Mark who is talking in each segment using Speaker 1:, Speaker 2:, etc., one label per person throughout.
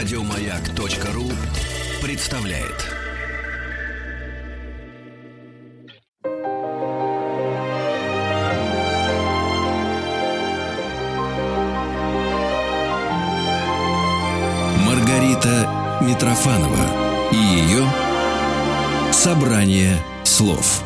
Speaker 1: Радиомаяк.ру представляет. Маргарита Митрофанова и ее собрание слов.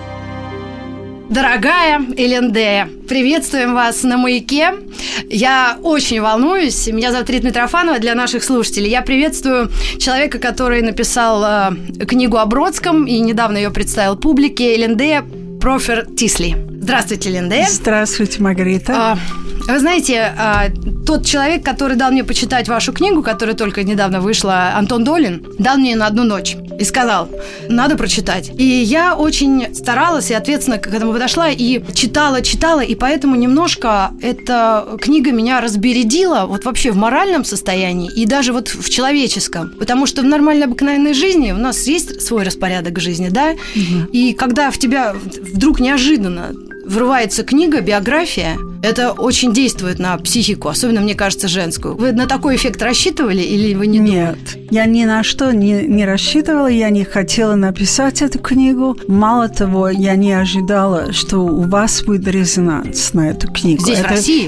Speaker 2: Дорогая Элендея, приветствуем вас на «Маяке». Я очень волнуюсь. Меня зовут Рита Митрофанова для наших слушателей. Я приветствую человека, который написал книгу о Бродском и недавно ее представил публике. Элендея Профер Тисли. Здравствуйте, Элендея.
Speaker 3: Здравствуйте, Маргарита.
Speaker 2: Вы знаете, тот человек, который дал мне почитать вашу книгу, которая только недавно вышла, Антон Долин, дал мне на одну ночь и сказал, надо прочитать. И я очень старалась и ответственно к этому подошла и читала, и поэтому немножко эта книга меня разбередила вот вообще в моральном состоянии и даже вот в человеческом. Потому что в нормальной обыкновенной жизни у нас есть свой распорядок жизни, да? Угу. И когда в тебя вдруг неожиданно врывается книга, биография, это очень действует на психику, особенно, мне кажется, женскую. Вы на такой эффект рассчитывали или вы не думали?
Speaker 3: Нет, я ни на что не рассчитывала, я не хотела написать эту книгу. Мало того, я не ожидала, что у вас будет резонанс на эту книгу.
Speaker 2: Здесь, в России?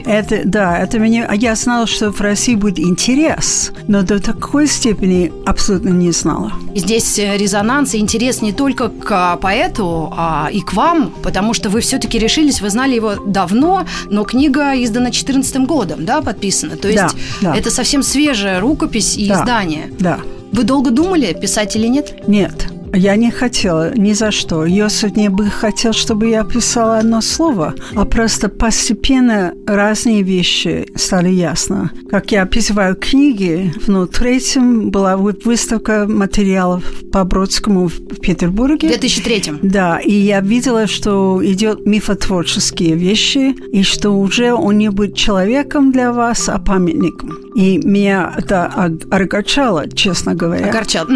Speaker 3: Я знала, что в России будет интерес, но до такой степени абсолютно не знала.
Speaker 2: И здесь резонанс и интерес не только к поэту, а и к вам, потому что вы все-таки решились, вы знали его давно, но книга издана 2014 годом, да, подписана? То есть это совсем свежая рукопись и издание.
Speaker 3: Да.
Speaker 2: Вы долго думали, писать или нет?
Speaker 3: Нет. Я не хотела ни за что. Йосиф не бы хотел, чтобы я писала одно слово, а просто постепенно разные вещи стали ясно. Как я описываю книги, в третьем была выставка материалов по Бродскому в Петербурге.
Speaker 2: В 2003.
Speaker 3: Да, и я видела, что идет мифотворческие вещи, и что уже он не будет человеком для вас, а памятником. И меня это огорчало, честно говоря.
Speaker 2: Огорчало.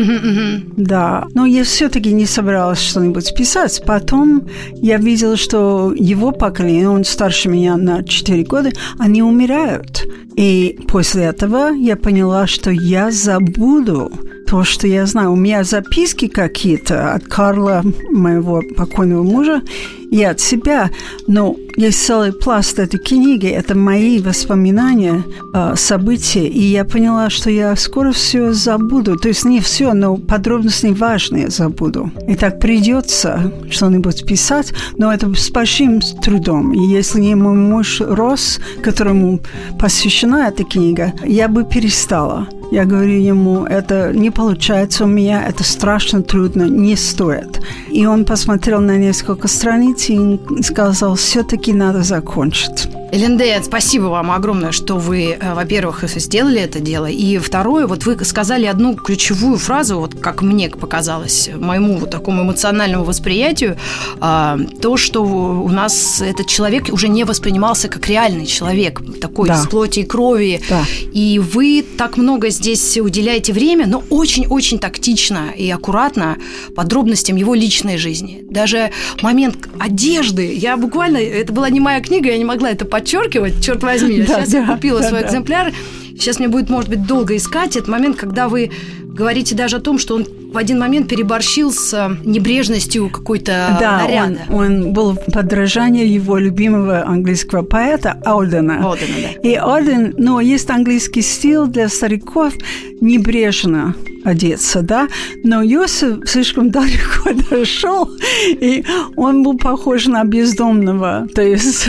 Speaker 3: Да, но я все-таки не собиралась что-нибудь писать. Потом я видела, что его поколение, он старше меня на 4 года, они умирают. И после этого я поняла, что я забуду то, что я знаю. У меня записки какие-то от Карла, моего покойного мужа, и от себя, но есть целый пласт этой книги, это мои воспоминания, события, и я поняла, что я скоро все забуду, то есть не все, но подробности важные забуду. И так придется что-нибудь писать, но это с большим трудом. И если не мой муж Росс, которому посвящена эта книга, я бы перестала. Я говорю ему, это не получается у меня, это страшно трудно, не стоит. И он посмотрел на несколько страниц и сказал, все-таки надо закончить.
Speaker 2: Элендея, спасибо вам огромное, что вы, во-первых, сделали это дело. И второе, вот вы сказали одну ключевую фразу, вот как мне показалось, моему вот такому эмоциональному восприятию, то, что у нас этот человек уже не воспринимался как реальный человек, такой из плоти и крови. Да. И вы так много здесь уделяете время, но очень-очень тактично и аккуратно подробностям его личной жизни. Даже момент одежды, я буквально, это была не моя книга, я не могла это подчеркивать, черт возьми. Сейчас я купила свой экземпляр. Сейчас мне будет, может быть, долго искать этот момент, когда вы говорите даже о том, что он в один момент переборщил с небрежностью какой-то наряда.
Speaker 3: Он был в подражании его любимого английского поэта Аудена. И Ауден, есть английский стиль для стариков небрежно одеться, да, но Йосиф слишком далеко дошел, и он был похож на бездомного, то есть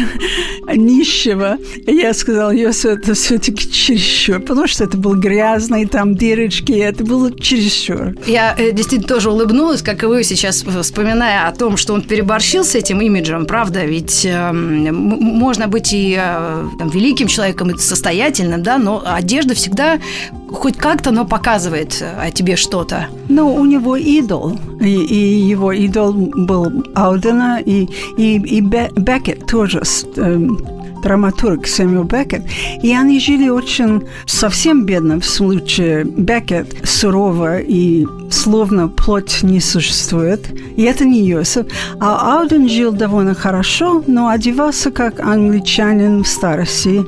Speaker 3: нищего. И я сказала, Йосиф, это все-таки чересчур, потому что это был грязный, там дырочки, это было чересчур.
Speaker 2: Я действительно тоже улыбнулась, как и вы сейчас, вспоминая о том, что он переборщил с этим имиджем, правда, ведь можно быть и великим человеком, и состоятельным, да, но одежда всегда хоть как-то, но показывает о тебе что-то.
Speaker 3: Ну, у него идол, и его идол был Аудена, и Беккет тоже, драматург Сэмюэл Беккет, и они жили очень совсем бедно в случае Беккет, сурово и словно плоть не существует, и это не Йосиф. А Ауден жил довольно хорошо, но одевался как англичанин в старости,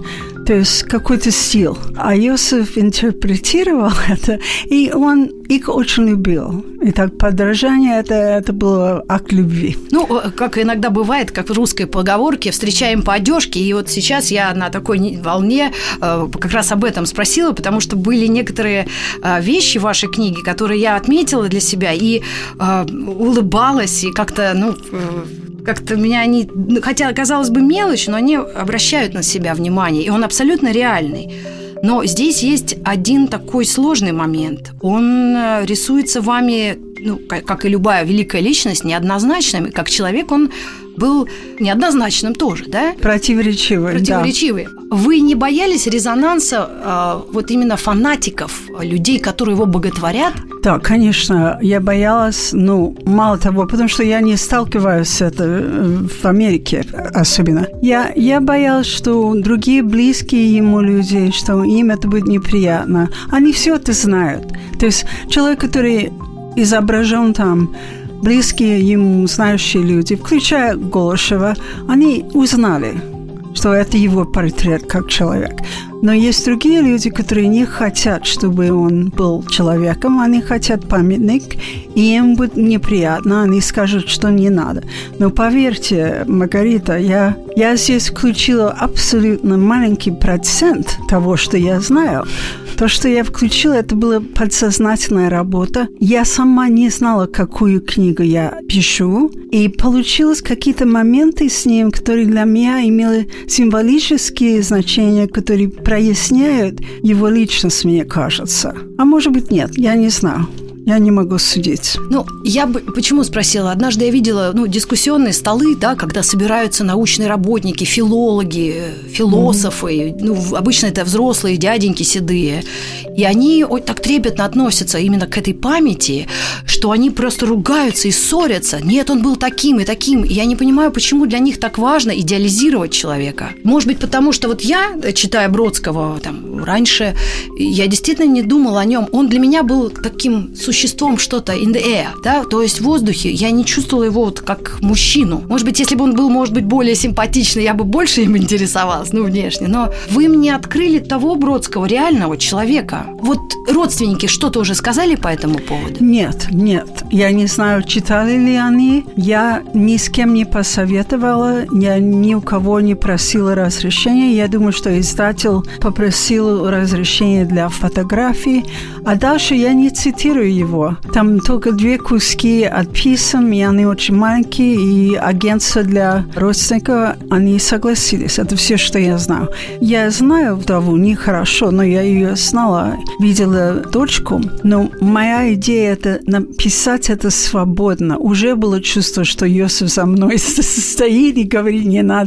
Speaker 3: То есть какой-то стиль. А Иосиф интерпретировал это, и он их очень любил. Итак, подражание это было акт любви.
Speaker 2: Ну, как иногда бывает, как в русской поговорке, встречаем по одежке. И вот сейчас я на такой волне как раз об этом спросила, потому что были некоторые вещи в вашей книге, которые я отметила для себя и улыбалась, и как-то, как-то меня они, хотя, казалось бы, мелочь, но они обращают на себя внимание, и он абсолютно реальный. Но здесь есть один такой сложный момент. Он рисуется вами, как и любая великая личность, неоднозначным, и как человек он был неоднозначным тоже, да?
Speaker 3: Противоречивый.
Speaker 2: Да. Вы не боялись резонанса вот именно фанатиков, людей, которые его боготворят?
Speaker 3: Да, конечно, я боялась, мало того, потому что я не сталкиваюсь с этим в Америке особенно. Я боялась, что другие близкие ему люди, что им это будет неприятно. Они все это знают. То есть человек, который изображен там, близкие ему знающие люди, включая Голышева, они узнали, что это его портрет как человек. Но есть другие люди, которые не хотят, чтобы он был человеком, они хотят памятник, и им будет неприятно, они скажут, что не надо. Но поверьте, Маргарита, я здесь включила абсолютно маленький процент того, что я знаю. То, что я включила, это была подсознательная работа. Я сама не знала, какую книгу я пишу, и получились какие-то моменты с ним, которые для меня имели символические значения, которые проясняют его личность, мне кажется. А может быть, нет, я не знаю. Я не могу судить.
Speaker 2: Я бы почему спросила? Однажды я видела дискуссионные столы, да, когда собираются научные работники, филологи, философы. Обычно это взрослые дяденьки седые. И они так трепетно относятся именно к этой памяти, что они просто ругаются и ссорятся. Нет, он был таким и таким. И я не понимаю, почему для них так важно идеализировать человека. Может быть, потому что вот я, читая Бродского раньше, я действительно не думала о нем. Он для меня был таким существом, что-то in the air, да, то есть в воздухе. Я не чувствовала его как мужчину. Может быть, если бы он был, более симпатичный, я бы больше им интересовалась, внешне. Но вы мне открыли того Бродского, реального человека. Вот родственники что-то уже сказали по этому поводу?
Speaker 3: Нет. Я не знаю, читали ли они. Я ни с кем не посоветовала, я ни у кого не просила разрешения. Я думаю, что издатель попросил разрешения для фотографий, а дальше я не цитирую его. Там только 2 куски от писем, и они очень маленькие, и агентство для родственников, они согласились. Это все, что я знаю. Я знаю вдову нехорошо, но я ее знала, видела дочку, но моя идея – это написать это свободно. Уже было чувство, что Иосиф за мной стоит и говорит не надо,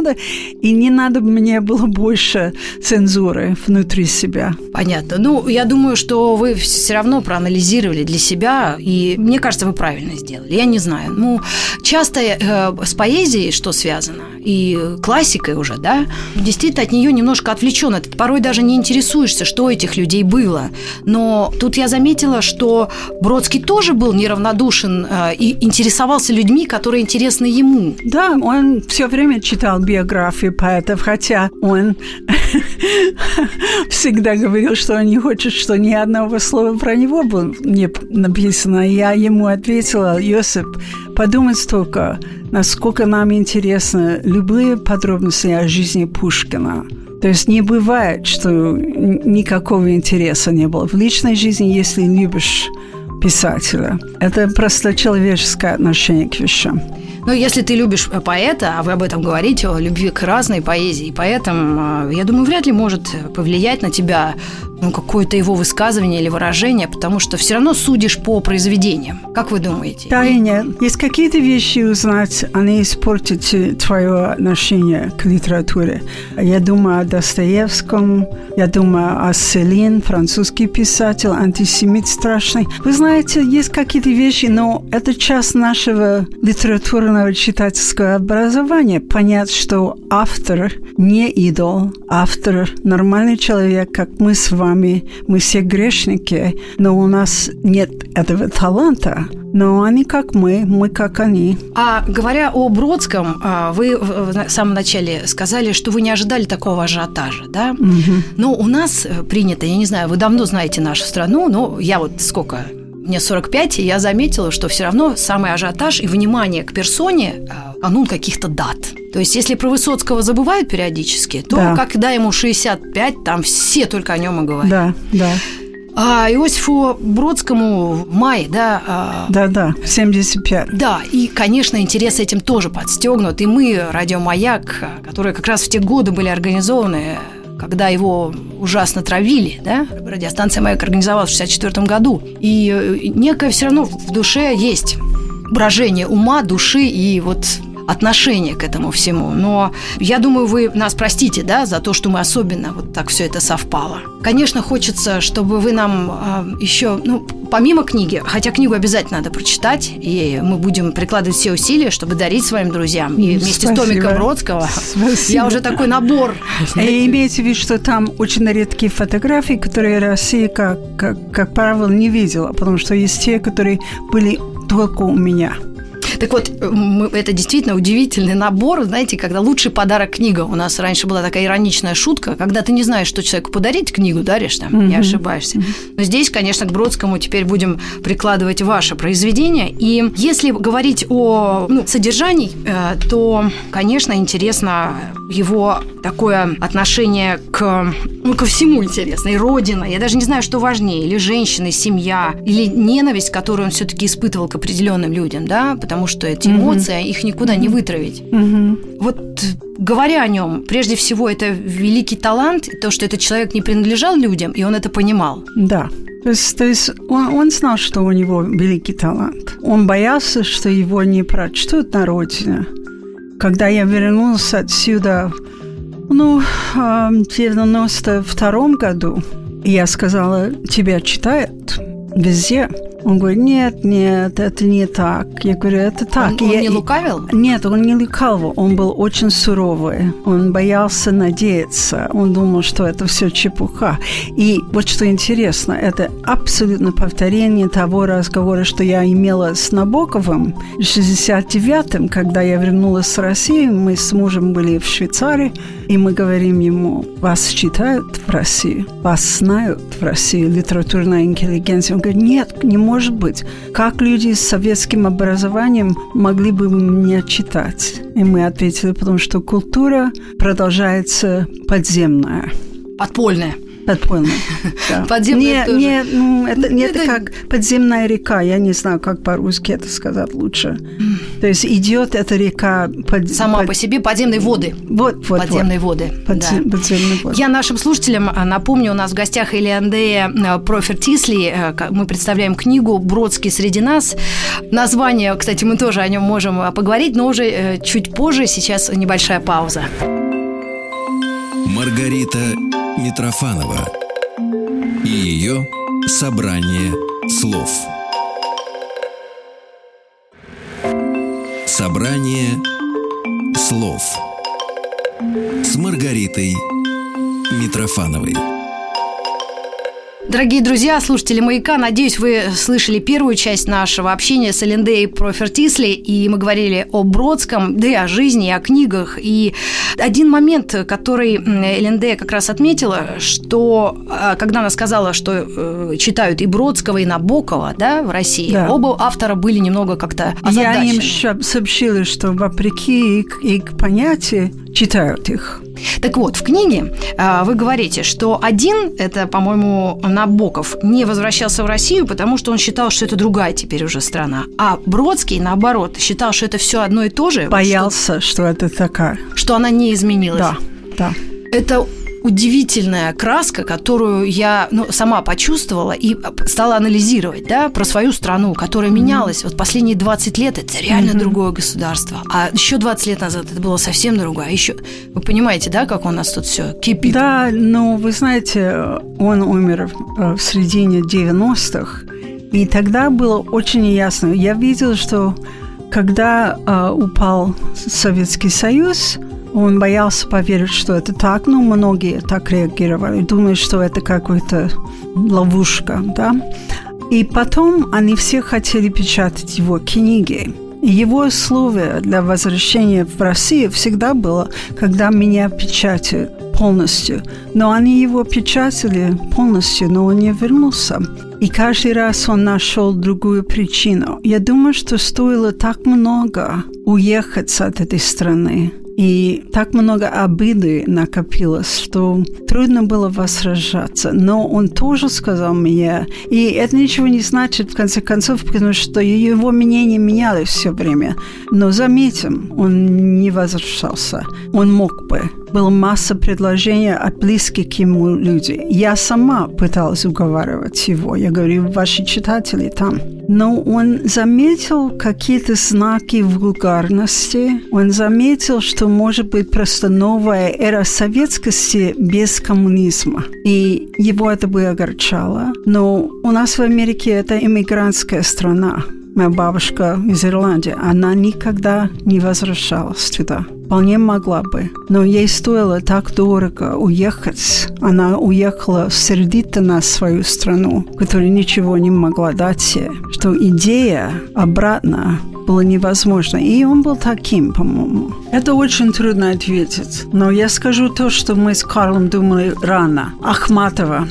Speaker 3: и не надо мне было больше цензуры внутри себя.
Speaker 2: Понятно. Я думаю, что вы все равно проанализировали для себя, и мне кажется, вы правильно сделали. Я не знаю. Часто с поэзией что связано, и классикой уже, да, действительно от нее немножко отвлечен. Ты порой даже не интересуешься, что у этих людей было. Но тут я заметила, что Бродский тоже был неравнодушен и интересовался людьми, которые интересны ему.
Speaker 3: Да, он все время читал биографии поэтов, хотя он всегда говорил, что он не хочет, что ни одного слова про него было не написано. Я ему ответила: Иосиф, подумать только, насколько нам интересны любые подробности о жизни Пушкина. То есть не бывает, что никакого интереса не было в личной жизни, если любишь писателя. Это просто человеческое отношение к вещам.
Speaker 2: Если ты любишь поэта, а вы об этом говорите, о любви к разной поэзии, поэтому, я думаю, вряд ли может повлиять на тебя какое-то его высказывание или выражение, потому что все равно судишь по произведениям. Как вы думаете?
Speaker 3: Да и нет. Есть какие-то вещи узнать, они испортят твое отношение к литературе. Я думаю о Достоевском, я думаю о Селин, французский писатель, антисемит страшный. Вы знаете, есть какие-то вещи, но это часть нашего литературного читательского образования. Понять, что автор не идол, автор нормальный человек, как мы с вами. Мы все грешники, но у нас нет этого таланта. Но они как мы как они.
Speaker 2: А говоря о Бродском, вы в самом начале сказали, что вы не ожидали такого ажиотажа, да? Но у нас принято, я не знаю, вы давно знаете нашу страну, но я вот сколько... Мне 45, и я заметила, что все равно самый ажиотаж и внимание к персоне – канун каких-то дат. То есть, если про Высоцкого забывают периодически, то когда ему 65, там все только о нем и говорят.
Speaker 3: Да.
Speaker 2: А Иосифу Бродскому в мае, да?
Speaker 3: Да, 75.
Speaker 2: Да, и, конечно, интерес этим тоже подстегнут. И мы, Радио Маяк, которые как раз в те годы были организованы, когда его ужасно травили, да, радиостанция «Маяк» организовалась в 1964 году. И некое все равно в душе есть брожение ума, души и вот отношение к этому всему. Но я думаю, вы нас простите, да, за то, что мы особенно вот так все это совпало. Конечно, хочется, чтобы вы нам еще, помимо книги, хотя книгу обязательно надо прочитать, и мы будем прикладывать все усилия, чтобы дарить своим друзям. И вместе с томиком Бродского я уже такой набор.
Speaker 3: И имейте в виду, что там очень редкие фотографии, которые Россия, как правило, не видела, потому что есть те, которые были только у меня.
Speaker 2: Так вот, это действительно удивительный набор, знаете, когда лучший подарок книга. У нас раньше была такая ироничная шутка, когда ты не знаешь, что человеку подарить, книгу даришь, там, не ошибаешься. Но здесь, конечно, к Бродскому теперь будем прикладывать ваше произведение. И если говорить о содержании, то, конечно, интересно его такое отношение ко всему интересно. И родина, я даже не знаю, что важнее, или женщина, семья, или ненависть, которую он все-таки испытывал к определенным людям, да, потому что эти эмоции, их никуда не вытравить. Вот говоря о нем, прежде всего, это великий талант, то, что этот человек не принадлежал людям, и он это понимал.
Speaker 3: Да. То есть он знал, что у него великий талант. Он боялся, что его не прочтут на родине. Когда я вернулся отсюда, в 92 году, я сказала, тебя читают везде. Он говорит, нет, это не так. Я говорю, это так.
Speaker 2: Он не лукавил?
Speaker 3: Нет, он не лукавил. Он был очень суровый. Он боялся надеяться. Он думал, что это все чепуха. И вот что интересно, это абсолютно повторение того разговора, что я имела с Набоковым в 69-м, когда я вернулась с России. Мы с мужем были в Швейцарии, и мы говорим ему, вас читают в России, вас знают в России, литературная интеллигенция. Он говорит, нет, не может быть. Как люди с советским образованием могли бы меня читать? И мы ответили, потому что культура продолжается подземная.
Speaker 2: Подпольная.
Speaker 3: Подпольная, да.
Speaker 2: Подземная тоже.
Speaker 3: Это как подземная река. Я не знаю, как по-русски это сказать лучше. То есть идет эта река...
Speaker 2: Сама по себе подземные воды. Подземные воды.
Speaker 3: Подземные воды.
Speaker 2: Я нашим слушателям напомню, у нас в гостях Элиандея Профертисли. Мы представляем книгу «Бродский среди нас». Название, кстати, мы тоже о нем можем поговорить, но уже чуть позже. Сейчас небольшая пауза.
Speaker 1: Маргарита Митрофанова и ее собрание слов. Собрание слов с Маргаритой Митрофановой.
Speaker 2: Дорогие друзья, слушатели «Маяка», надеюсь, вы слышали первую часть нашего общения с Элиандеей Профертисли, и мы говорили о Бродском, да и о жизни, и о книгах. И один момент, который Элиандея как раз отметила, что когда она сказала, что читают и Бродского, и Набокова, да, в России, оба автора были немного как-то озадачены.
Speaker 3: Я им сообщила, что вопреки их понятию читают их.
Speaker 2: Так вот, в книге вы говорите, что один, это, по-моему, Набоков, не возвращался в Россию, потому что он считал, что это другая теперь уже страна. А Бродский, наоборот, считал, что это все одно и то же.
Speaker 3: Боялся, что это такая.
Speaker 2: Что она не изменилась.
Speaker 3: Да.
Speaker 2: Это удивительная краска, которую я сама почувствовала и стала анализировать, да, про свою страну, которая менялась. Вот последние 20 лет это реально другое государство. А еще 20 лет назад это было совсем другое. Еще, вы понимаете, да, как у нас тут все кипит?
Speaker 3: Да, но вы знаете, он умер в середине 90-х, и тогда было очень ясно. Я видела, что когда упал Советский Союз, он боялся поверить, что это так, но многие так реагировали, думают, что это какая-то ловушка, да. И потом они все хотели печатать его книги. Его условие для возвращения в Россию всегда было, когда меня печатают полностью. Но они его печатали полностью, но он не вернулся. И каждый раз он нашел другую причину. Я думаю, что стоило так много уехать от этой страны. И так много обиды накопилось, что трудно было возвращаться. Но он тоже сказал мне, и это ничего не значит, в конце концов, потому что его мнение менялось все время. Но заметим, он не возвращался. Он мог бы. Была масса предложений от близких к ему людей. Я сама пыталась уговаривать его. Я говорю, ваши читатели там. Но он заметил какие-то знаки вульгарности. Он заметил, что может быть просто новая эра советскости без коммунизма. И его это бы огорчало. Но у нас в Америке это иммигрантская страна. Моя бабушка из Ирландии, она никогда не возвращалась туда. Вполне могла бы. Но ей стоило так дорого уехать. Она уехала сердито на свою страну, которая ничего не могла дать ей, что идея обратно была невозможна. И он был таким, по-моему. Это очень трудно ответить. Но я скажу то, что мы с Карлом думали рано. Ахматова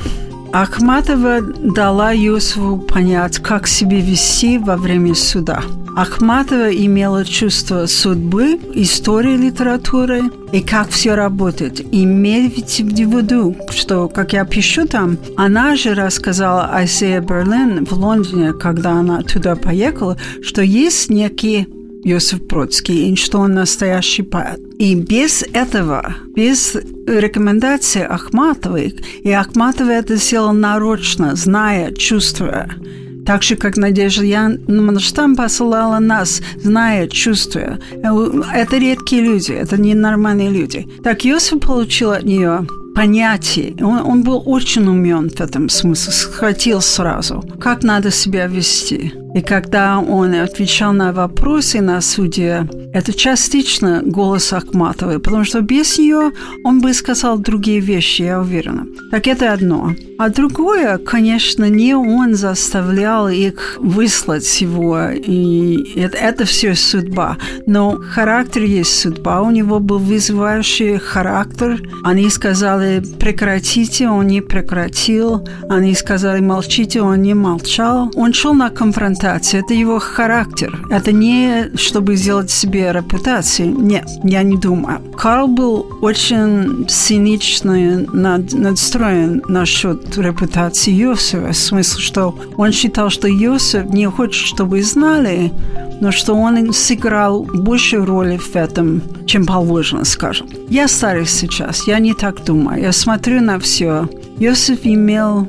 Speaker 3: дала Иосифу понять, как себя вести во время суда. Ахматова имела чувство судьбы, истории литературы и как все работает. Имейте в виду, что, как я пишу там, она же рассказала Айзея Берлин в Лондоне, когда она туда поехала, что есть некий Иосиф Бродский, и что он настоящий поэт. И без этого, без рекомендаций Ахматовой, и Ахматова это сделала нарочно, зная, чувствуя, так же, как Надежда Мандельштам посылала нас, зная, чувствуя. Это редкие люди, это ненормальные люди. Так Иосиф получил от нее понятие. Он был очень умен в этом смысле, схватил сразу, как надо себя вести. И когда он отвечал на вопросы на суде, это частично голос Ахматовой, потому что без нее он бы сказал другие вещи, я уверена. Так это одно. А другое, конечно, не он заставлял их выслать его, и это все судьба. Но характер есть судьба. У него был вызывающий характер. Они сказали, прекратите, он не прекратил. Они сказали, молчите, он не молчал. Он шел на конфронтацию. Это его характер. Это не чтобы сделать себе репутацию. Нет, я не думаю. Карл был очень цинично настроен насчет репутации Иосифа. В смысле, что он считал, что Иосиф не хочет, чтобы знали, но что он сыграл большую роль в этом, чем положено, скажем. Я старый сейчас, я не так думаю. Я смотрю на все. Иосиф имел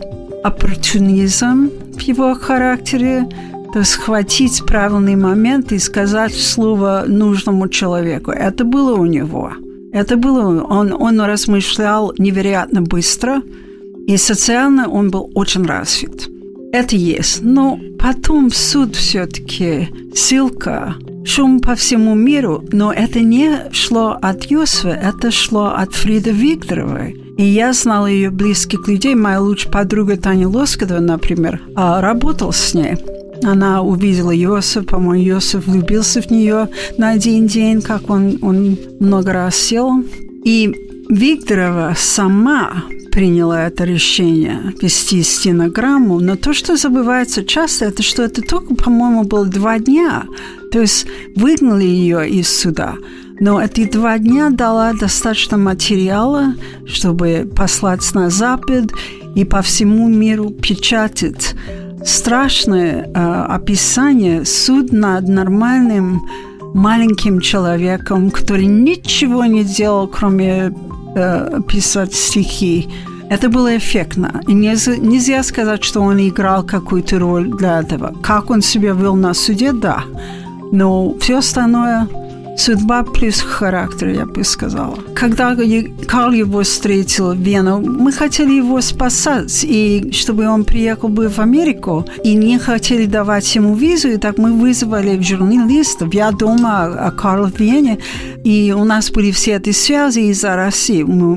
Speaker 3: оппортунизм в его характере, то есть схватить правильный момент и сказать слово нужному человеку. Это было у него. Это было. Он размышлял невероятно быстро, и социально он был очень развит. Это есть. Но потом суд все-таки, ссылка, шум по всему миру, но это не шло от Иосифа, это шло от Фриды Викторовой. И я знала ее близких людей. Моя лучшая подруга Таня Лоскутова, например, работала с ней. Она увидела Иосифа, по-моему, Иосиф влюбился в нее на один день, как он много раз сел. И Викторова сама приняла это решение вести стенограмму, но то, что забывается часто, это что это только, по-моему, было 2 дня. То есть выгнали ее из суда. Но эти 2 дня дала достаточно материала, чтобы послать на Запад и по всему миру печатать страшное описание суд над нормальным маленьким человеком, который ничего не делал, кроме писать стихи. Это было эффектно. И нельзя сказать, что он играл какую-то роль для этого. Как он себя вел на суде, да. Но все остальное судьба плюс характер, я бы сказала. Когда Карл его встретил в Вену, мы хотели его спасать, и чтобы он приехал бы в Америку, и не хотели давать ему визу, и так мы вызвали журналистов. Я дома, а Карл в Вене, и у нас были все эти связи из-за России.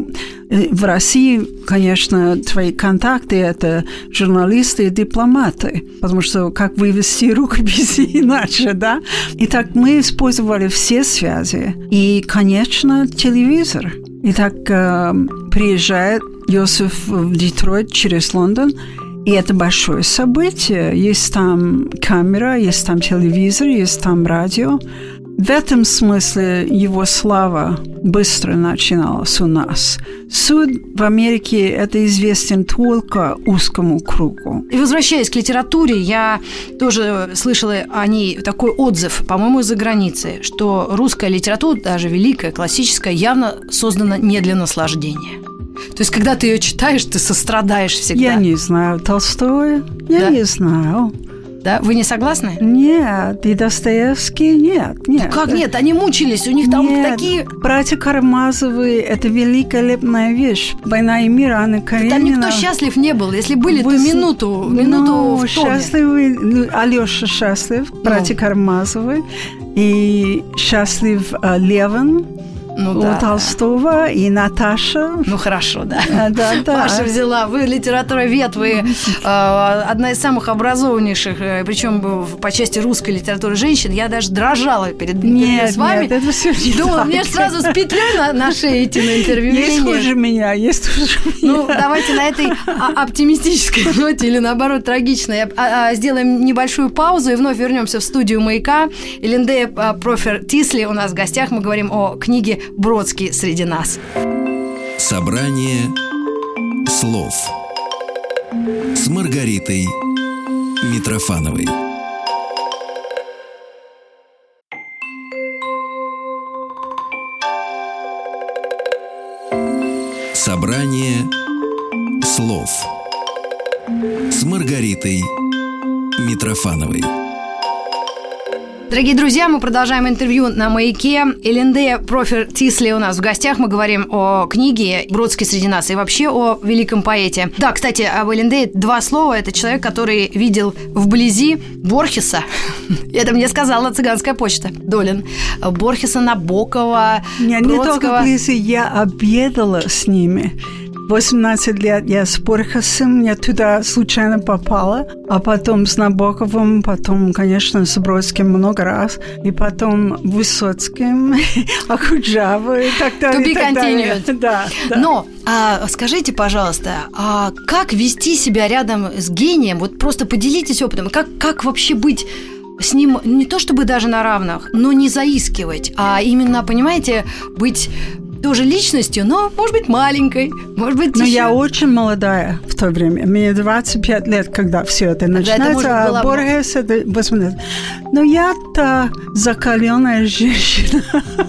Speaker 3: В России, конечно, твои контакты – это журналисты и дипломаты, потому что как вывести рукописи иначе, да? Итак, мы использовали все связи и, конечно, телевизор. Итак, приезжает Йосиф в Детройт через Лондон, и это большое событие. Есть там камера, есть там телевизор, есть там радио. В этом смысле его слава быстро начиналась у нас. Суд в Америке – это известен только узкому кругу.
Speaker 2: И возвращаясь к литературе, я тоже слышала о ней такой отзыв, по-моему, из-за границы, что русская литература, даже великая, классическая, явно создана не для наслаждения. То есть, когда ты ее читаешь, ты сострадаешь всегда.
Speaker 3: Я не знаю. Толстой? Я не знаю.
Speaker 2: Да? Вы не согласны?
Speaker 3: Нет. И Достоевский? Нет.
Speaker 2: Ну как нет? Они мучились, у них там такие...
Speaker 3: Братья Карамазовы – это великолепная вещь. «Война и мир», Анна Каренина.
Speaker 2: Там никто счастлив не был. Если были, то минуту в томе.
Speaker 3: Счастливы. Алёша счастлив, братья Карамазовы. И счастлив Левин. У Толстого и Наташа.
Speaker 2: Ну, хорошо, да.
Speaker 3: Да.
Speaker 2: Маша взяла. Вы литературовед, вы одна из самых образованнейших, причем по части русской литературы женщин. Я даже дрожала перед интервью с вами.
Speaker 3: Нет, это все не
Speaker 2: Думала,
Speaker 3: так.
Speaker 2: мне сразу с петлей на шее идти на интервью.
Speaker 3: Есть хуже меня. Ну,
Speaker 2: давайте на этой оптимистической ноте или, наоборот, трагичной сделаем небольшую паузу и вновь вернемся в студию «Маяка». Элиндея Профер Тисли у нас в гостях. Мы говорим о книге «Бродский среди нас».
Speaker 1: Собрание слов с Маргаритой Митрофановой. Собрание слов с Маргаритой Митрофановой.
Speaker 2: Дорогие друзья, мы продолжаем интервью на «Маяке». Элиндея Профер Тисли у нас в гостях. Мы говорим о книге «Бродский среди нас» и вообще о великом поэте. Да, кстати, об Элиндее два слова. Это человек, который видел вблизи Борхеса. Это мне сказала цыганская почта. Долин. Борхеса, Набокова,
Speaker 3: не только вблизи, я обедала с ними. 18 лет я с Борхесом, я туда случайно попала, а потом с Набоковым, потом, конечно, с Бродским много раз, и потом Высоцким, Акуджавой и так далее.
Speaker 2: To be continued.
Speaker 3: Да.
Speaker 2: Но скажите, пожалуйста, как вести себя рядом с гением? Вот просто поделитесь опытом. Как вообще быть с ним не то чтобы даже на равных, но не заискивать, а именно, понимаете, быть тоже личностью, но, может быть, маленькой, может быть,
Speaker 3: Но я очень молодая в то время. Мне 25 лет, когда все это начинается, а Борхес это 18. Но я-то закаленная женщина,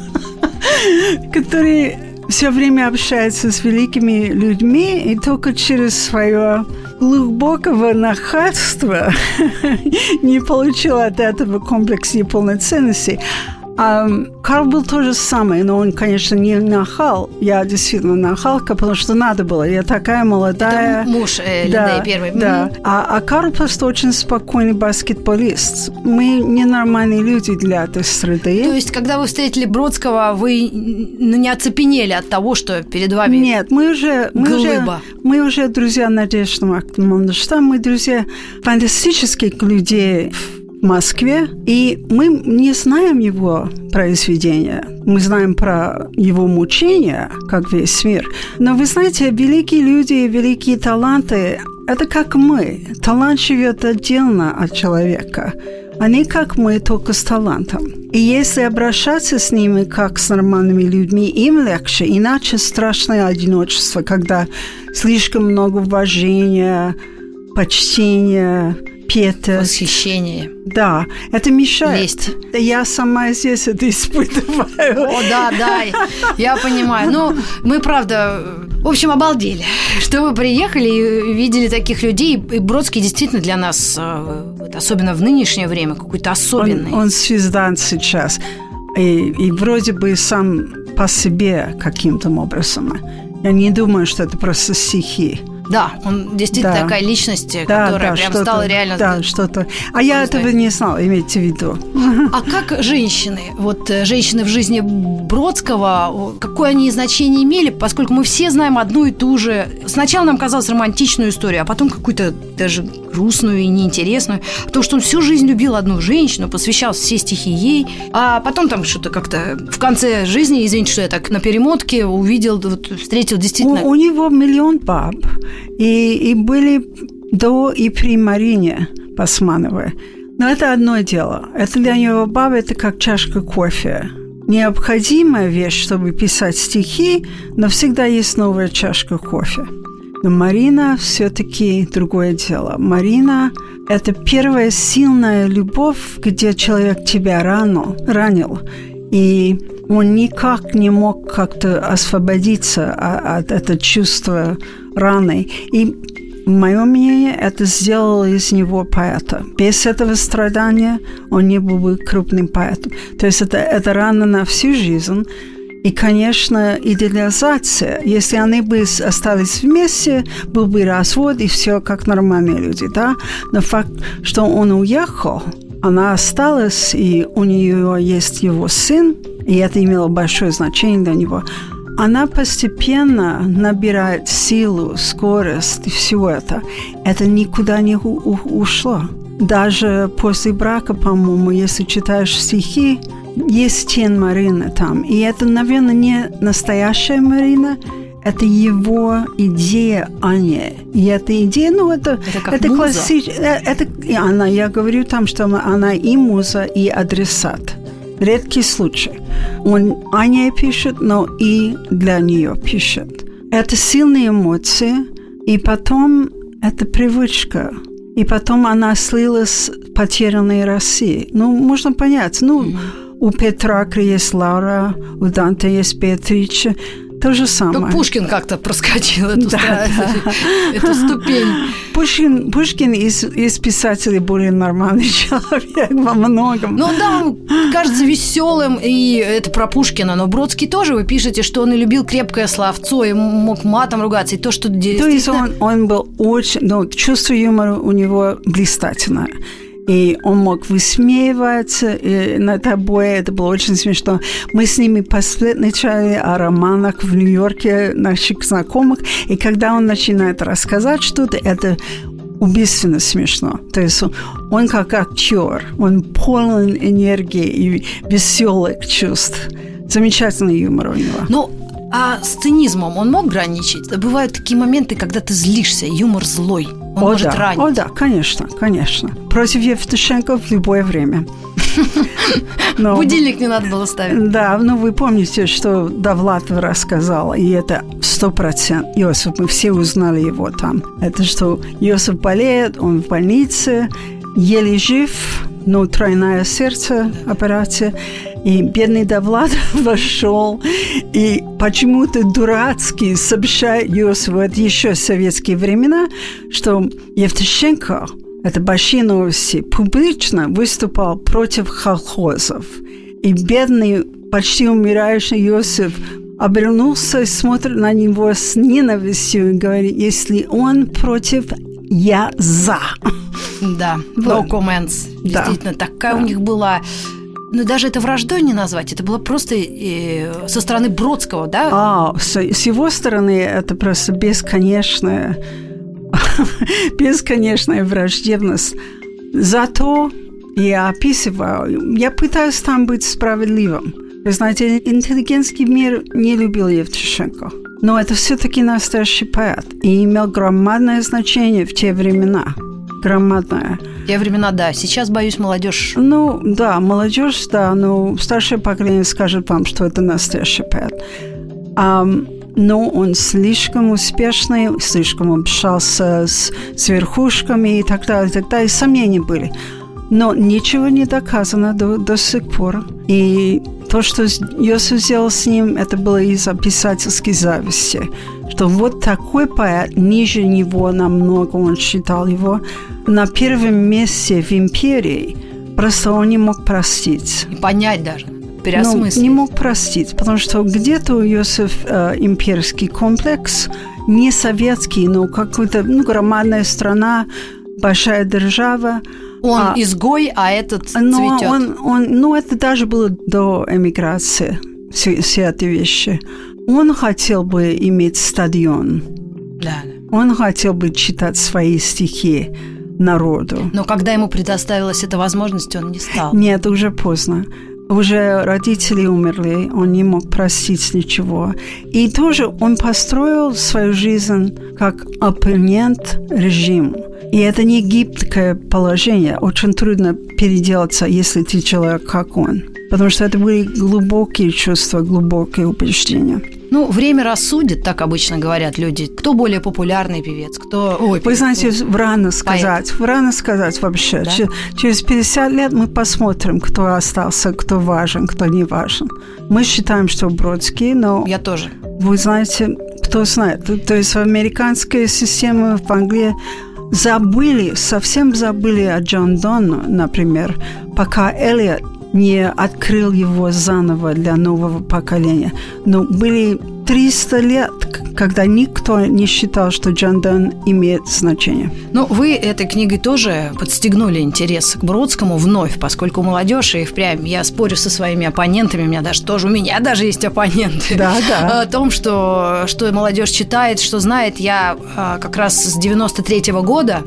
Speaker 3: которая все время общается с великими людьми, и только через свое глубокого нахальства не получила от этого комплекс неполноценности. Карл был то же самое, но он, конечно, не нахал. Я действительно нахалка, потому что надо было. Я такая молодая.
Speaker 2: Это муж Элиндеи первый.
Speaker 3: Да. А Карл просто очень спокойный баскетболист. Мы ненормальные люди для этой среды.
Speaker 2: То есть, когда вы встретили Бродского, вы не оцепенели от того, что перед вами
Speaker 3: Нет, мы уже друзья Надежды Мандельштам, мы друзья фантастических людей в Москве, и мы не знаем его произведения. Мы знаем про его мучения, как весь мир. Но вы знаете, великие люди, великие таланты – это как мы. Талант живет отдельно от человека. Они, как мы, только с талантом. И если обращаться с ними, как с нормальными людьми, им легче. Иначе страшное одиночество, когда слишком много уважения, почтения,
Speaker 2: восхищение.
Speaker 3: Да, это мешает.
Speaker 2: Лесть.
Speaker 3: Я сама здесь это испытываю.
Speaker 2: О, да, я понимаю. Ну, мы, правда, в общем, обалдели, что вы приехали и видели таких людей. И Бродский действительно для нас, особенно в нынешнее время, какой-то особенный.
Speaker 3: Он звезда сейчас. И вроде бы сам по себе каким-то образом. Я не думаю, что это просто стихи.
Speaker 2: Да, он действительно такая личность, которая прям стала реально...
Speaker 3: Да, что-то. А я этого не знала, имейте в виду.
Speaker 2: А как женщины? Вот женщины в жизни Бродского, какое они значение имели, поскольку мы все знаем одну и ту же... Сначала нам казалось романтичную историю, а потом какую-то даже грустную и неинтересную. Потому что он всю жизнь любил одну женщину, посвящал все стихи ей, а потом там что-то как-то в конце жизни, извините, что я так на перемотке, увидел, вот, встретил действительно...
Speaker 3: У него миллион баб. И были до и при Марине Басмановой. Но это одно дело. Это для него баба, это как чашка кофе. Необходимая вещь, чтобы писать стихи, но всегда есть новая чашка кофе. Но Марина все-таки другое дело. Марина – это первая сильная любовь, где человек тебя ранил. И он никак не мог как-то освободиться от этого чувства раны. И, мое мнение, это сделало из него поэта. Без этого страдания он не был бы крупным поэтом. То есть это рана на всю жизнь. И, конечно, идеализация. Если они бы остались вместе, был бы развод, и все как нормальные люди, да? Но факт, что он уехал, она осталась, и у нее есть его сын, и это имело большое значение для него. Она постепенно набирает силу, скорость и все это. Это никуда не ушло. Даже после брака, по-моему, если читаешь стихи, есть тень Марины там. И это, наверное, не настоящая Марина, это его идея о ней. И эта идея, это классическая. Я говорю там, что она и муза, и адресат. Редкий случай. Он о ней пишет, но и для нее пишет. Это сильные эмоции, и потом это привычка. И потом она слилась в потерянной России. Можно понять. У Петрарка есть Лаура, у Данте есть Беатриче. То же самое.
Speaker 2: Но Пушкин как-то проскочил эту ступень.
Speaker 3: Пушкин из писателей более нормальный человек во многом.
Speaker 2: Он кажется веселым, и это про Пушкина. Но Бродский тоже, вы пишете, что он и любил крепкое словцо, и мог матом ругаться, и то, что действительно...
Speaker 3: То есть он был очень... чувство юмора у него блистательное. И он мог высмеиваться над тобой. Это было очень смешно. Мы с ними посплетничали о романах в Нью-Йорке наших знакомых. И когда он начинает рассказать что-то, это убийственно смешно. То есть он как актер. Он полон энергии и веселых чувств. Замечательный юмор у него.
Speaker 2: А с цинизмом он мог граничить? Бывают такие моменты, когда ты злишься, юмор злой. Он может ранить.
Speaker 3: О, да, конечно. Против Евтушенко в любое время.
Speaker 2: Будильник не надо было ставить.
Speaker 3: Да, вы помните, что Довлатова рассказала, и это 100% Иосиф, мы все узнали его там. Это что Иосиф болеет, он в больнице, еле жив, но тройное сердце, операция. И бедный Довлатов вошел, и почему-то дурацкий сообщает Иосифу, это еще советские времена, что Евтушенко, это большие новости, публично выступал против колхозов. И бедный, почти умирающий Иосиф обернулся и смотрит на него с ненавистью и говорит, если он против, я за.
Speaker 2: Да, no comments. Действительно, такая у них была... даже это враждой не назвать, это было просто со стороны Бродского, да?
Speaker 3: С его стороны это просто бесконечная враждебность. Зато я описываю, я пытаюсь там быть справедливым. Вы знаете, интеллигентский мир не любил Евтушенко. Но это все-таки настоящий поэт и имел громадное значение в те времена. Громадное.
Speaker 2: В те времена, да. Сейчас, боюсь, молодежь...
Speaker 3: молодежь, да, но старшее поколение скажет вам, что это настоящий поэт. Но он слишком успешный, слишком общался с верхушками и так далее, и сомнения были. Но ничего не доказано до сих пор. И то, что Иосиф сделал с ним, это было из-за писательской зависти. Что вот такой поэт, ниже него намного, он считал его на первом месте в империи. Просто он не мог простить.
Speaker 2: И понять даже, переосмыслить.
Speaker 3: Не мог простить, потому что где-то у Иосифа имперский комплекс, не советский, но какой-то громадная страна, большая держава.
Speaker 2: Он изгой, а этот цветет.
Speaker 3: Это даже было до эмиграции, все эти вещи. Он хотел бы иметь стадион.
Speaker 2: Да.
Speaker 3: Он хотел бы читать свои стихи народу.
Speaker 2: Но когда ему предоставилась эта возможность, он не стал.
Speaker 3: Нет, уже поздно. Уже родители умерли, он не мог простить ничего. И тоже он построил свою жизнь как оппонент режиму. И это не гибкое положение. Очень трудно переделаться, если ты человек, как он. Потому что это были глубокие чувства, глубокие убеждения.
Speaker 2: Время рассудит, так обычно говорят люди. Кто более популярный певец, кто...
Speaker 3: Вы знаете, рано сказать вообще. Да? Через 50 лет мы посмотрим, кто остался, кто важен, кто не важен. Мы считаем, что Бродский, но...
Speaker 2: Я тоже.
Speaker 3: Вы знаете, кто знает. То есть американская система в Англии совсем забыли о Джон Донну, например, пока Эллиот не открыл его заново для нового поколения. Но были 300 лет, когда никто не считал, что Джон Донн имеет значение.
Speaker 2: Вы этой книгой тоже подстегнули интерес к Бродскому вновь, поскольку молодежь, и впрямь я спорю со своими оппонентами, у меня даже есть оппоненты.
Speaker 3: Да.
Speaker 2: О том, что молодежь читает, что знает. Я как раз с 93-го года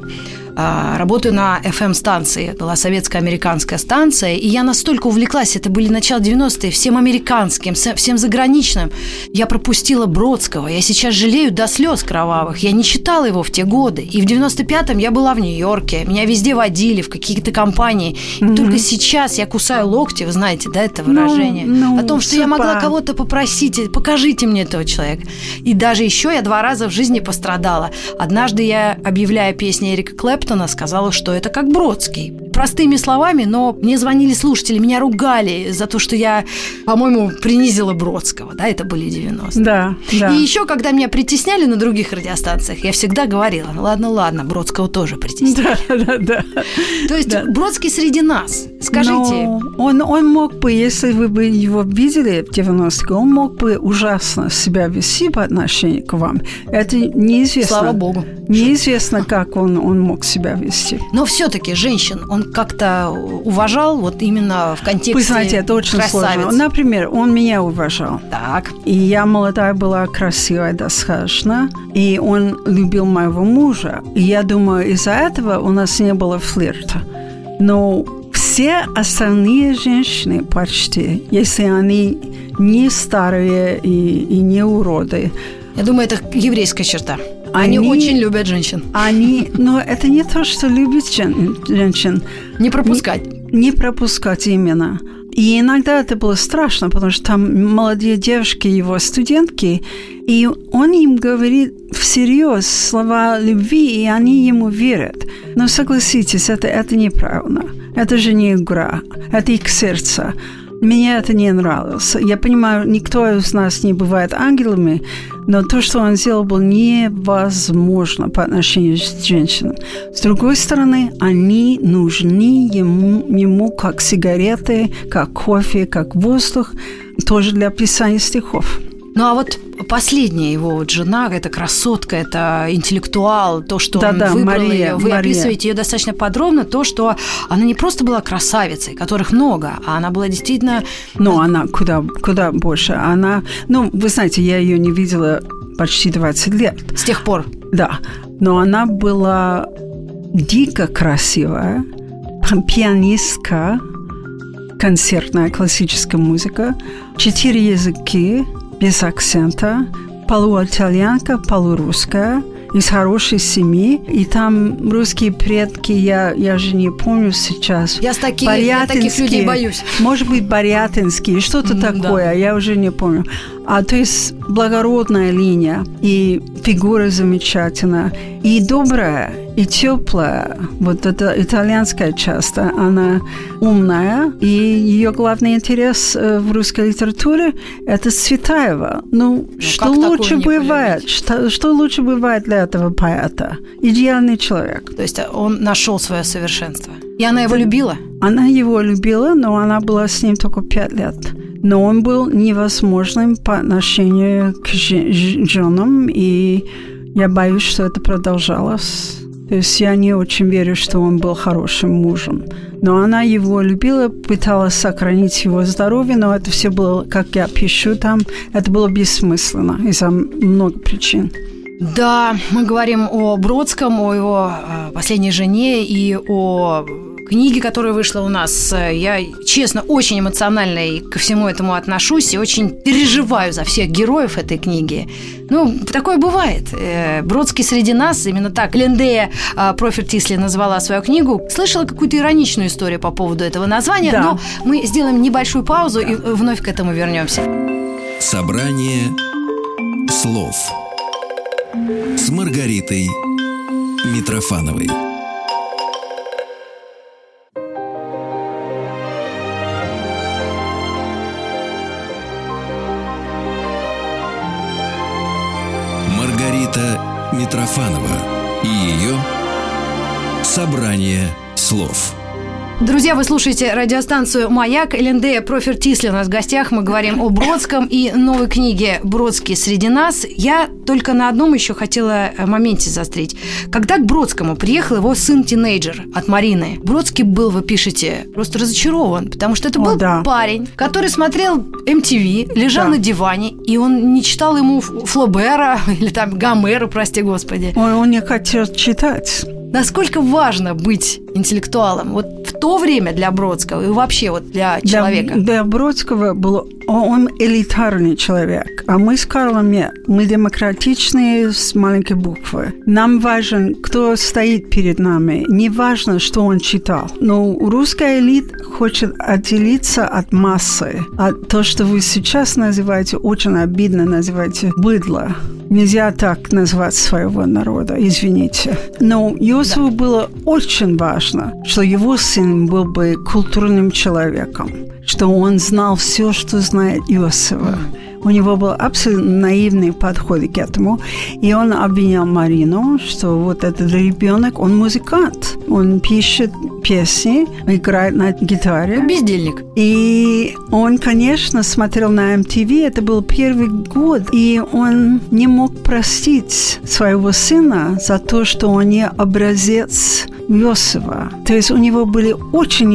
Speaker 2: работаю на FM-станции. Это была советско-американская станция. И я настолько увлеклась, это были начало 90-е, всем американским, всем заграничным. Я пропустила Бродского. Я сейчас жалею до слез кровавых. Я не читала его в те годы. И в 95-м я была в Нью-Йорке. Меня везде водили, в какие-то компании. И только сейчас я кусаю локти, вы знаете, да, это выражение? О том, что я могла кого-то попросить, покажите мне этого человека. И даже еще я 2 раза в жизни пострадала. Однажды я, объявляя песни Эрика Клэптона, сказала, что это как Бродский. Простыми словами, но мне звонили слушатели, меня ругали за то, что я, по-моему, принизила Бродского. Да, это были 90-е.
Speaker 3: Да.
Speaker 2: И еще, когда меня притесняли на других радиостанциях, я всегда говорила, ладно, Бродского тоже притесняли.
Speaker 3: Да.
Speaker 2: То есть Бродский среди нас. Скажите.
Speaker 3: Он мог бы, если вы бы его видели в 90-е, он мог бы ужасно себя вести по отношению к вам. Это неизвестно.
Speaker 2: Слава Богу.
Speaker 3: Неизвестно, как он мог себя вести.
Speaker 2: Но все-таки женщин он как-то уважал вот именно в контексте.
Speaker 3: Вы знаете, это очень сложно. Например, он меня уважал.
Speaker 2: Так.
Speaker 3: И я молодая была, красивая достаточно. И он любил моего мужа. И я думаю, из-за этого у нас не было флирта. Но все остальные женщины почти, если они не старые и не уроды.
Speaker 2: Я думаю, это еврейская черта. Они очень любят женщин.
Speaker 3: Но это не то, что любят женщин.
Speaker 2: Не пропускать.
Speaker 3: Не пропускать именно. И иногда это было страшно, потому что там молодые девушки, его студентки, и он им говорит всерьез слова любви, и они ему верят. Но согласитесь, это неправильно. Это же не игра, это их сердце. Мне это не нравилось. Я понимаю, никто из нас не бывает ангелами, но то, что он сделал, было невозможно по отношению с женщинами. С другой стороны, они нужны ему как сигареты, как кофе, как воздух, тоже для писания стихов.
Speaker 2: Ну, а вот последняя его жена, это красотка, это интеллектуал, то, что он выбрал ее. Вы описываете ее достаточно подробно, то, что она не просто была красавицей, которых много, а она была действительно...
Speaker 3: Ну, она куда больше. вы знаете, я ее не видела почти 20 лет.
Speaker 2: С тех пор?
Speaker 3: Да. Но она была дико красивая, пианистка, концертная классическая музыка, 4 языки, без акцента, полуитальянка, полурусская, из хорошей семьи. И там русские предки, я же не помню сейчас.
Speaker 2: Я таких людей боюсь.
Speaker 3: Может быть, Борятинские, что-то такое, я уже не помню. То есть благородная линия, и фигура замечательная, и добрая, и теплая. Вот эта итальянская часть, она умная, и ее главный интерес в русской литературе – это Цветаева. Что лучше бывает? Что лучше бывает для этого поэта? Идеальный человек.
Speaker 2: То есть он нашел свое совершенство. И она его любила?
Speaker 3: Она его любила, но она была с ним только 5 лет. Но он был невозможным по отношению к женам, и я боюсь, что это продолжалось. То есть я не очень верю, что он был хорошим мужем. Но она его любила, пыталась сохранить его здоровье, но это все было, как я пишу там, это было бессмысленно из-за многих причин.
Speaker 2: Да, мы говорим о Бродском, о его последней жене и о книге, которая вышла у нас. Я, честно, очень эмоционально и ко всему этому отношусь и очень переживаю за всех героев этой книги. Ну, такое бывает. Бродский среди нас, именно так Линдея Профер-Тисли назвала свою книгу. Слышала какую-то ироничную историю по поводу этого названия, да. Но мы сделаем небольшую паузу и вновь к этому вернемся.
Speaker 1: Собрание слов с Маргаритой Митрофановой. Маргарита Митрофанова и ее «Собрание слов».
Speaker 2: Друзья, вы слушаете радиостанцию «Маяк». Линдея Профер-Тисли у нас в гостях. Мы говорим о Бродском и новой книге «Бродский среди нас». Я только на одном еще хотела моменте заострить. Когда к Бродскому приехал его сын-тинейджер от Марины, Бродский был, вы пишете, просто разочарован, потому что это был парень, который смотрел MTV, лежал на диване, и он не читал ему Флобера или там Гомера, прости господи.
Speaker 3: Он не хотел читать.
Speaker 2: Насколько важно быть интеллектуалом вот в то время для Бродского и вообще вот для человека?
Speaker 3: Для Бродского было... Он элитарный человек, а мы с Карлом нет. Мы демократичные с маленькой буквы. Нам важен, кто стоит перед нами. Не важно, что он читал. Но русская элита хочет отделиться от массы. От то, что вы сейчас называете, очень обидно называете быдло. Нельзя так назвать своего народа, извините. Но Иосифу было очень важно, что его сын был бы культурным человеком, что он знал все, что знает Иосифа. У него был абсолютно наивный подход к этому. И он обвинял Марину, что вот этот ребенок, он музыкант. Он пишет песни, играет на гитаре.
Speaker 2: Бездельник.
Speaker 3: И он, конечно, смотрел на MTV. Это был первый год. И он не мог простить своего сына за то, что он не образец Иосифа. То есть у него были очень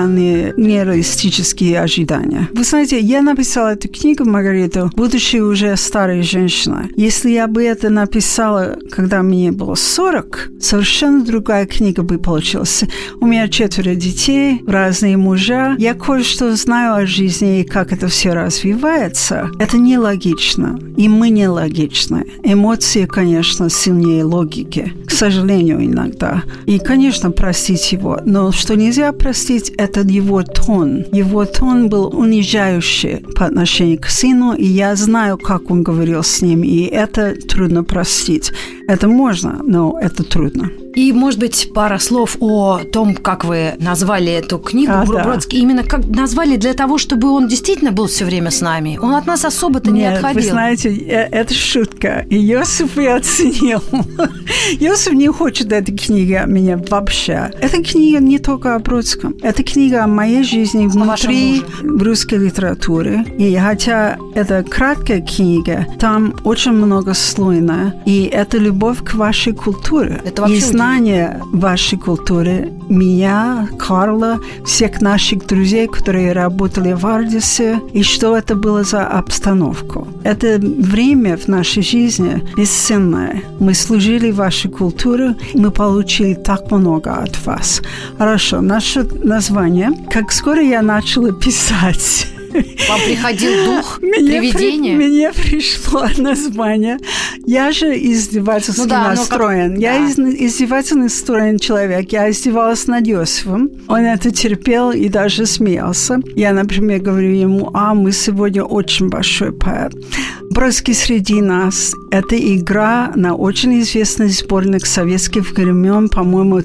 Speaker 3: нереалистические ожидания. Вы знаете, я написала эту книгу, Маргариту, будучи уже старой женщиной. Если я бы это написала, когда мне было 40, совершенно другая книга бы получилась. У меня 4 детей, разные мужья. Я кое-что знаю о жизни и как это все развивается. Это нелогично. И мы нелогичны. Эмоции, конечно, сильнее логики. К сожалению, иногда. И, конечно, простить его. Но что нельзя простить, это его тон. Его тон был унижающий по отношению к сыну, и я знаю, как он говорил с ним, и это трудно простить. Это можно, но это трудно.
Speaker 2: И, может быть, пара слов о том, как вы назвали эту книгу Бродский. Именно как назвали для того, чтобы он действительно был все время с нами. Он от нас особо-то не отходил.
Speaker 3: Вы знаете, это шутка. И Иосиф и оценил. Иосиф не хочет этой книги от меня вообще. Эта книга не только о Бродском. Это книга о моей жизни внутри русской литературы. И хотя это краткая книга, там очень многослойно. И это любовь к вашей культуре.
Speaker 2: Это вообще
Speaker 3: знание вашей культуры, меня, Карла, всех наших друзей, которые работали в Ардисе, и что это было за обстановку. Это время в нашей жизни бесценное. Мы служили вашей культуре, мы получили так много от вас. Хорошо, наше название. Как скоро я начала писать...
Speaker 2: Вам приходил дух привидения?
Speaker 3: Мне пришло название. Я же издевательски настроен. Я издевательно настроен человек. Я издевалась над Иосифом. Он это терпел и даже смеялся. Я, например, говорю ему, мы сегодня очень большой поэт. «Бродский среди нас» – это игра на очень известный сборник советских времен, по-моему,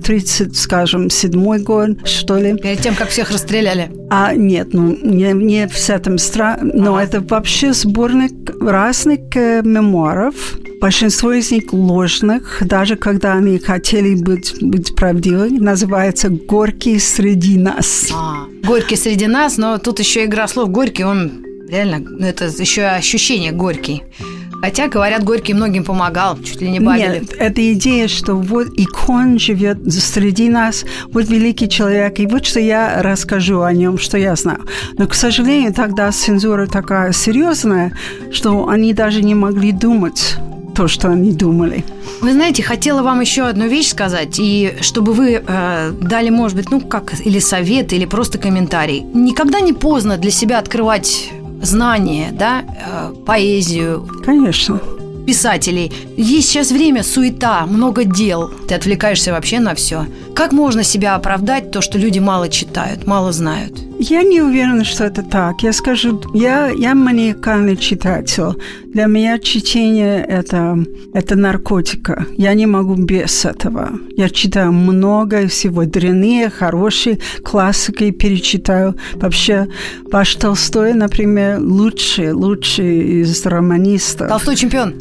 Speaker 3: 37-й год, что ли.
Speaker 2: Перед тем, как всех расстреляли.
Speaker 3: Нет, не в этом но это вообще сборник разных мемуаров. Большинство из них ложных, даже когда они хотели быть правдивыми, называется «Горький среди нас».
Speaker 2: «Горький среди нас», но тут еще игра слов. Горький, он Реально, это еще ощущение Горький. Хотя, говорят, Горький многим помогал, чуть ли не бабили.
Speaker 3: Нет, это идея, что вот икон живет среди нас, вот великий человек, и вот что я расскажу о нем, что я знаю. Но, к сожалению, тогда цензура такая серьезная, что они даже не могли думать то, что они думали.
Speaker 2: Вы знаете, хотела вам еще одну вещь сказать, и чтобы вы дали, может быть, или совет, или просто комментарий. Никогда не поздно для себя открывать знания, да, поэзию.
Speaker 3: Конечно.
Speaker 2: Писателей. Есть сейчас время, суета, много дел. Ты отвлекаешься вообще на все. Как можно себя оправдать то, что люди мало читают, мало знают?
Speaker 3: Я не уверена, что это так. Я скажу, я маниакальный читатель. Для меня чтение это наркотика. Я не могу без этого. Я читаю много всего, дрянные, хорошие, классики перечитаю. Вообще, Паш Толстой, например, лучший из романистов.
Speaker 2: Толстой чемпион.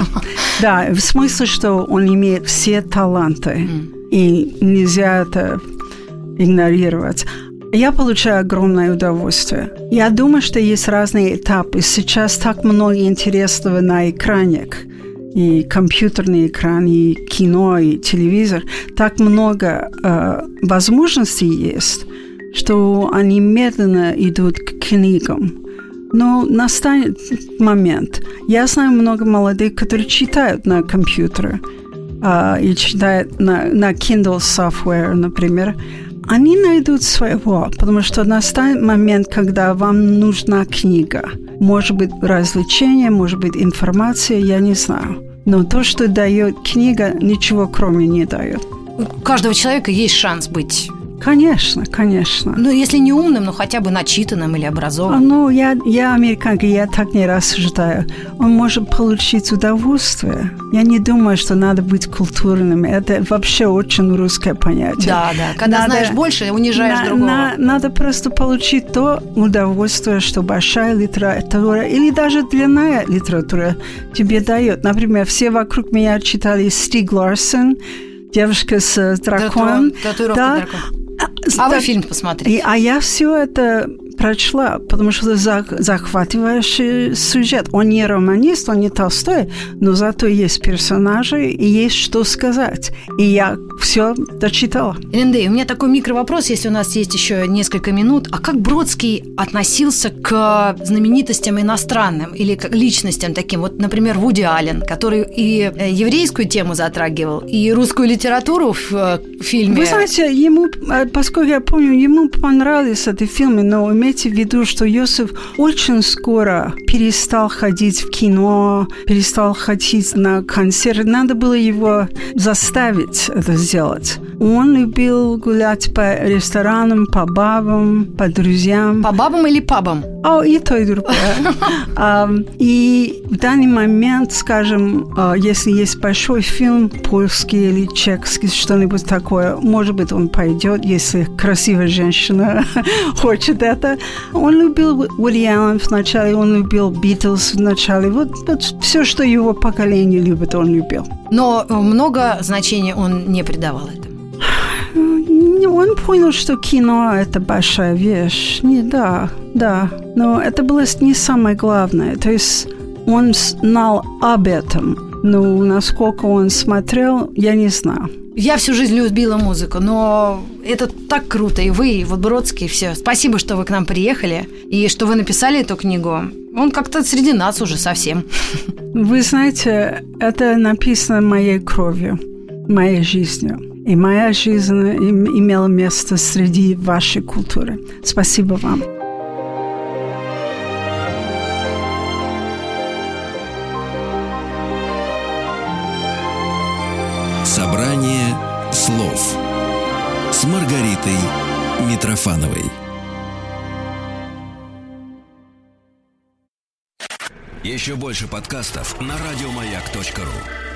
Speaker 3: Да, в смысле, что он имеет все таланты, и нельзя это игнорировать. Я получаю огромное удовольствие. Я думаю, что есть разные этапы. Сейчас так много интересного на экранах. И компьютерный экран, и кино, и телевизор. Так много возможностей есть, что они медленно идут к книгам. Но настанет момент. Я знаю много молодых, которые читают на компьютере и читают на Kindle software, например. Они найдут своего, потому что настанет момент, когда вам нужна книга. Может быть, развлечение, может быть, информация, я не знаю. Но то, что дает книга, ничего кроме не дает.
Speaker 2: У каждого человека есть шанс быть...
Speaker 3: Конечно, конечно.
Speaker 2: Ну, если не умным, но хотя бы начитанным или образованным.
Speaker 3: Ну, я американка, я так не рассуждаю. Он может получить удовольствие. Я не думаю, что надо быть культурным. Это вообще очень русское понятие.
Speaker 2: Да. Когда знаешь больше, унижаешь другого.
Speaker 3: Надо просто получить то удовольствие, что большая литература или даже длинная литература тебе дает. Например, все вокруг меня читали Стиг Ларсон, «Девушка с драконом».
Speaker 2: Да. А вы фильм посмотрите.
Speaker 3: А я все это прочла, потому что это захватывающий сюжет. Он не романист, он не Толстой, но зато есть персонажи и есть что сказать. И я все дочитала.
Speaker 2: Линдей, у меня такой микровопрос, если у нас есть еще несколько минут. А как Бродский относился к знаменитостям иностранным или к личностям таким? Вот, например, Вуди Аллен, который и еврейскую тему затрагивал, и русскую литературу в фильме.
Speaker 3: Вы знаете, ему, поскольку я помню, ему понравились эти фильмы, но имейте в виду, что Иосиф очень скоро перестал ходить в кино, перестал ходить на концерты. Надо было его заставить это сделать. Он любил гулять по ресторанам, по бабам, по друзьям.
Speaker 2: По бабам или пабам?
Speaker 3: И то, и другое. И в данный момент, скажем, если есть большой фильм, польский или чешский, что-нибудь такое, может быть, он пойдет, если красивая женщина хочет это. Он любил Вуди Аллен в начале, он любил Битлз в начале. Вот все, что его поколение любит, он любил.
Speaker 2: Но много значения он не придавал этому.
Speaker 3: Он понял, что кино – это большая вещь. Да. Но это было не самое главное. То есть он знал об этом. Но насколько он смотрел, я не знаю.
Speaker 2: Я всю жизнь любила музыку, но это так круто. И вы, и вот Бродский, все. Спасибо, что вы к нам приехали, и что вы написали эту книгу. Он как-то среди нас уже совсем.
Speaker 3: Вы знаете, это написано моей кровью, моей жизнью. И моя жизнь имела место среди вашей культуры. Спасибо вам.
Speaker 1: Собрание слов с Маргаритой Митрофановой. Еще больше подкастов на радиомаяк.ру.